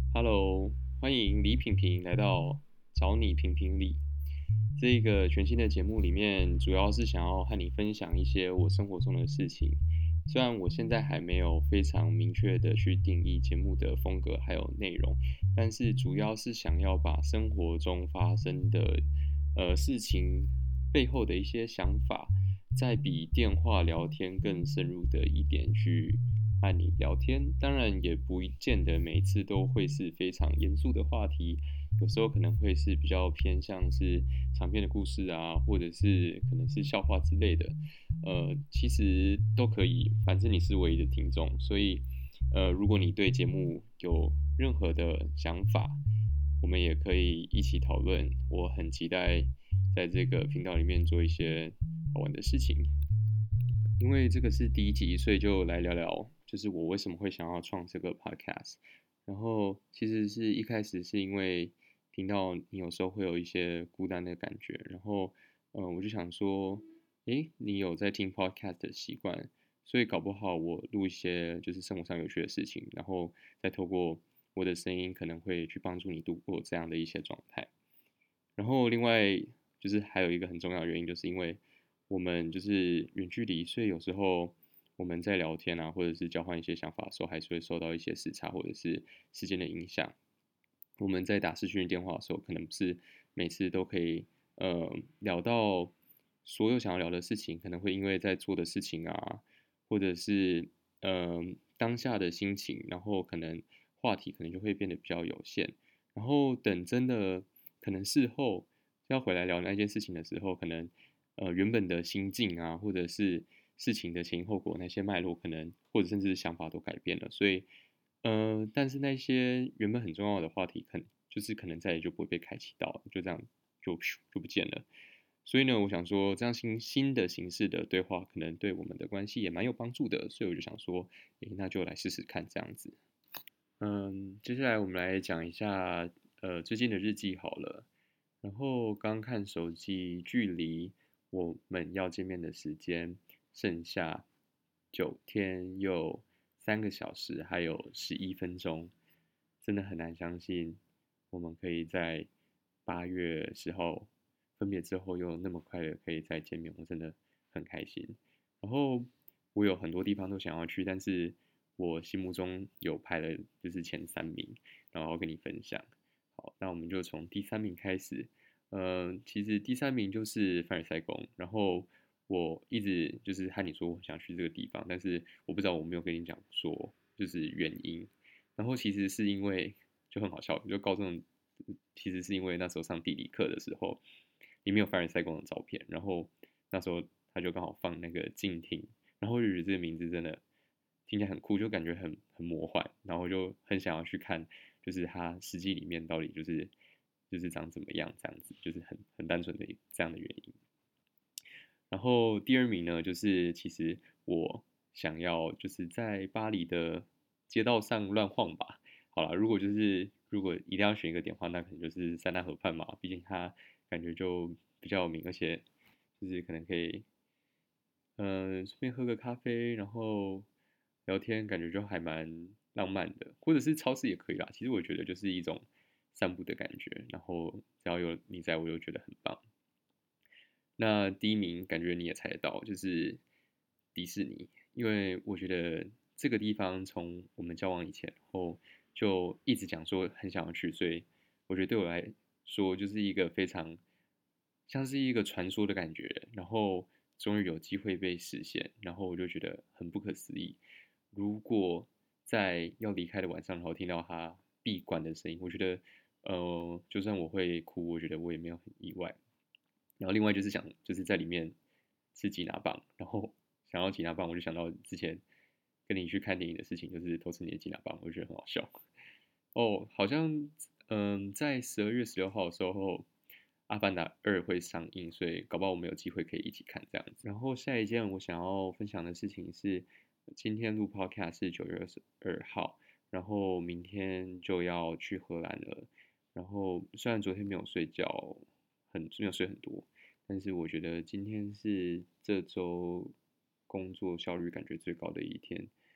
Hello，欢迎李品评来到找你评评理这个全新的节目里面，主要是想要和你分享一些我生活中的事情。虽然我现在还没有非常明确的去定义节目的风格还有内容，但是主要是想要把生活中发生的事情背后的一些想法，再比电话聊天更深入的一点去和你聊天。当然也不见得每次都会是非常严肃的话题，有时候可能会是比较偏向是长篇的故事啊，或者是可能是笑话之类的。其实都可以，反正你是唯一的听众，所以如果你对节目有任何的想法，我们也可以一起讨论。我很期待在这个频道里面做一些好玩的事情。因为这个是第一集，所以就来聊聊，就是我为什么会想要创这个 podcast。然后其实是一开始是因为听到你有时候会有一些孤单的感觉，然后我就想说，诶，你有在听 podcast 的习惯，所以搞不好我录一些就是生活上有趣的事情，然后再透过我的声音可能会去帮助你度过这样的一些状态。然后另外就是还有一个很重要的原因，就是因为我们就是远距离，所以有时候我们在聊天啊，或者是交换一些想法的时候，还是会受到一些时差或者是时间的影响。我们在打视讯电话的时候，可能不是每次都可以聊到所有想要聊的事情，可能会因为在做的事情啊，或者是当下的心情，然后可能话题可能就会变得比较有限。然后等真的可能事后要回来聊那件事情的时候，可能原本的心境啊，或者是事情的前因后果那些脉络，可能或者甚至是想法都改变了，所以但是那些原本很重要的话题，可能再也就不会被开启到了，就这样就不见了。所以呢，我想说，这样新的形式的对话，可能对我们的关系也蛮有帮助的，所以我就想说，诶，那就来试试看这样子。接下来我们来讲一下最近的日记好了。然后刚看手机，距离我们要见面的时间剩下9天又3个小时，还有11分钟，真的很难相信我们可以在8月10号分别之后又那么快的可以再见面，我真的很开心。然后我有很多地方都想要去，但是我心目中有排了就是前3名，然后跟你分享。好，那我们就从第3名开始。其实第3名就是凡尔赛宫，然后我一直就是和你说我想去这个地方，但是我不知道我没有跟你讲说就是原因。然后其实是因为就很好笑，就高中其实是因为那时候上地理课的时候，里面有凡尔赛宫的照片，然后那时候他就刚好放那个静听，然后我就觉得这个名字真的听起来很酷，就感觉很魔幻，然后就很想要去看，就是它实际里面到底就是长怎么样这样子，就是很单纯的这样的原因。然后第2名呢，就是其实我想要就是在巴黎的街道上乱晃吧。好了，如果一定要选一个点的话，那可能就是塞纳河畔嘛，毕竟它感觉就比较有名，而且就是可能可以顺便喝个咖啡，然后聊天，感觉就还蛮浪漫的，或者是超市也可以啦。其实我觉得就是一种散步的感觉，然后只要有你在，我就觉得很棒。那第1名感觉你也猜得到，就是迪士尼，因为我觉得这个地方从我们交往以前后就一直讲说很想要去，所以我觉得对我来说就是一个非常像是一个传说的感觉，然后终于有机会被实现，然后我就觉得很不可思议。如果在要离开的晚上，然后听到他闭馆的声音，我觉得就算我会哭，我觉得我也没有很意外。然后另外就是想就是在里面吃吉拿棒，然后想要吉拿棒，我就想到之前跟你去看电影的事情，就是偷吃你的吉拿棒，我就觉得很好笑。哦，好像在12月16号的时候，《阿凡达2》会上映，所以搞不好我们有机会可以一起看这样子。然后下一件我想要分享的事情是，今天录 Podcast 是9月22号，然后明天就要去荷兰了。然后虽然昨天没有睡觉，没有睡很多，但是我觉得今天是这周工作效率感觉最高的一天。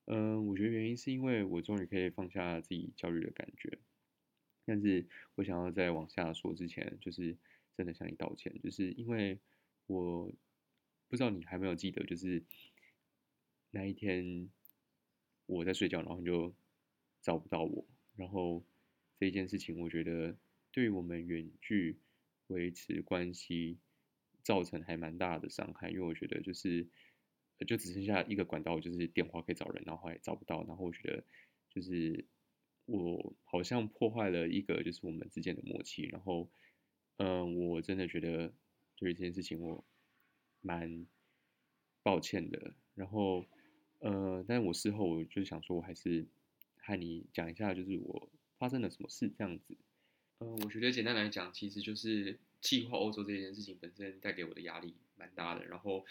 我觉得原因是因为我终于可以放下自己焦虑的感觉，但是我想要再往下说之前，就是真的向你道歉，就是因为我不知道你还没有记得，就是那一天我在睡觉，然后你就找不到我，然后这一件事情，我觉得对于我们远距维持关系造成还蛮大的伤害，因为我觉得就只剩下一个管道，就是电话可以找人，然后后来找不到，然后我觉得就是我好像破坏了一个就是我们之间的默契，然后我真的觉得对于这件事情我蛮抱歉的，然后但是我事后我就想说，我还是和你讲一下，就是我发生了什么事这样子。我觉得简单来讲，其实就是计划欧洲这件事情本身带给我的压力蛮大的。然后，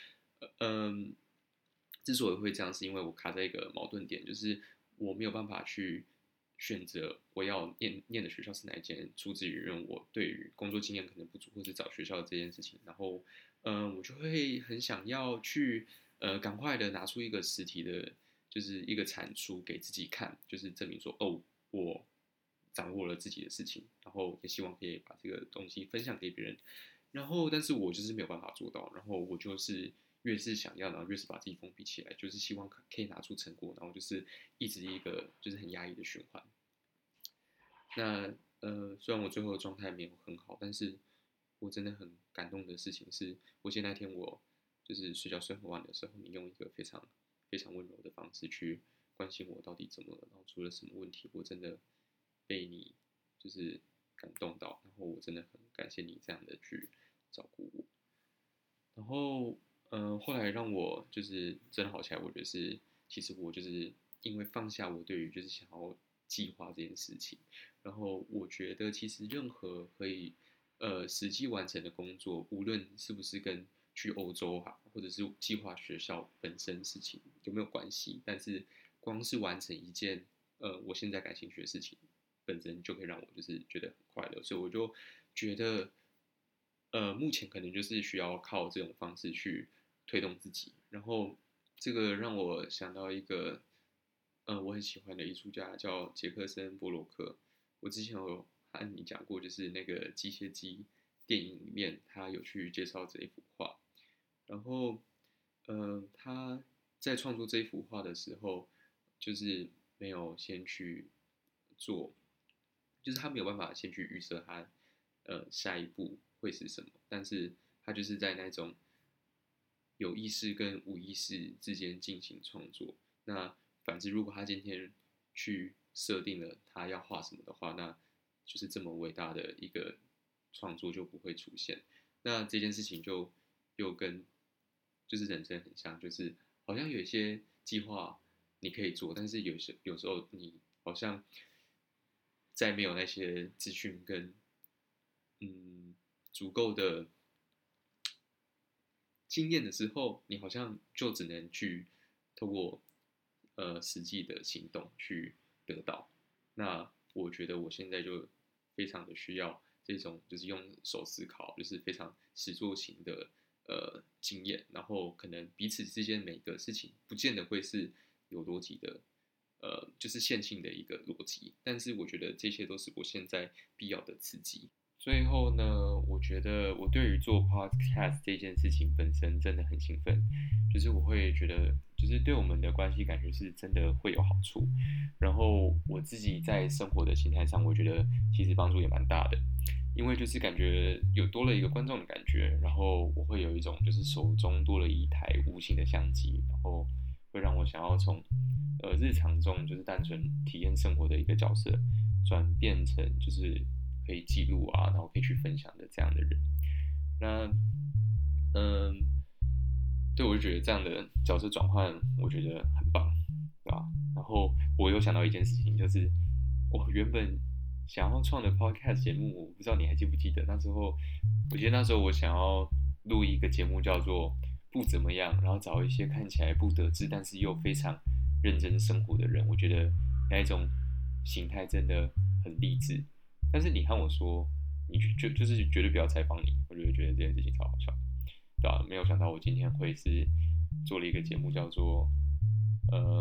之所以会这样，是因为我卡在一个矛盾点，就是我没有办法去选择我要念的学校是哪一间，出自于因为我对于工作经验可能不足，或是找学校这件事情。然后，我就会很想要去赶快的拿出一个实体的，就是一个产出给自己看，就是证明说，哦，我掌握了自己的事情，然后也希望可以把这个东西分享给别人。然后，但是我就是没有办法做到，然后我就是越是想要，然后越是把自己封闭起来，就是希望可以拿出成果，然后就是一直一个就是很压抑的循环。那虽然我最后的状态没有很好，但是我真的很感动的事情是，我记得那天我就是睡觉睡很晚的时候，你用一个非常非常温柔的方式去关心我到底怎么了，然后出了什么问题，我真的被你就是感动到，然后我真的很感谢你这样的去照顾我。然后，后来让我就是真的好起来，我觉得是，其实我就是因为放下我对于就是想要计划这件事情，然后我觉得其实任何可以实际完成的工作，无论是不是跟去欧洲哈，或者是计划学校本身事情有没有关系，但是光是完成一件我现在感兴趣的事情，本身就可以让我就是觉得很快乐，所以我就觉得。目前可能就是需要靠这种方式去推动自己。然后这个让我想到一个，我很喜欢的艺术家叫杰克森·波洛克。我之前有和你讲过，就是那个机械姬电影里面，他有去介绍这一幅画。然后，他在创作这一幅画的时候，就是没有先去做，就是他没有办法先去预设他下一步会是什么，但是他就是在那种有意识跟无意识之间进行创作。那反之，如果他今天去设定了他要画什么的话，那就是这么伟大的一个创作就不会出现。那这件事情就又跟就是人生很像，就是好像有一些计划你可以做，但是有时候你好像在没有那些资讯跟足够的经验的时候，你好像就只能去透过实际的行动去得到。那我觉得我现在就非常的需要这种就是用手思考，就是非常实作型的经验，然后可能彼此之间每个事情不见得会是有逻辑的。就是线性的一个逻辑，但是我觉得这些都是我现在必要的刺激。最后呢，我觉得我对于做 podcast 这件事情本身真的很兴奋，就是我会觉得，就是对我们的关系感觉是真的会有好处。然后我自己在生活的心态上，我觉得其实帮助也蛮大的，因为就是感觉有多了一个观众的感觉，然后我会有一种就是手中多了一台无形的相机，然后会让我想要从日常中就是单纯体验生活的一个角色，转变成就是可以记录啊，然后可以去分享的这样的人。那嗯，对我就觉得这样的角色转换，我觉得很棒，对吧？然后我又想到一件事情，就是我原本想要创的 podcast 节目，我不知道你还记不记得？那时候，我记得那时候我想要录一个节目，叫做不怎么样，然后找一些看起来不得志，但是又非常认真生活的人。我觉得那一种形态真的很励志。但是你和我说，你就是绝对不要采访你，我就会觉得这件事情超好笑。对啊，没有想到我今天会是做了一个节目，叫做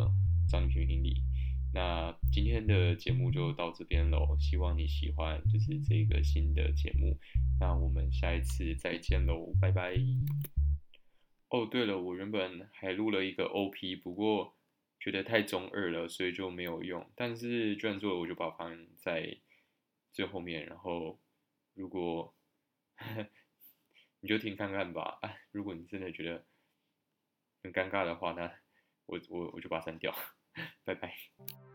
找你评评理。那今天的节目就到这边喽，希望你喜欢就是这个新的节目。那我们下一次再见喽，拜拜。哦，对了，我原本还录了一个 OP，不过觉得太中二了，所以就没有用。但是居然做了，我就把它放在最后面。然后如果你就听看看吧。哎，如果你真的觉得很尴尬的话，那我就把它删掉。拜拜。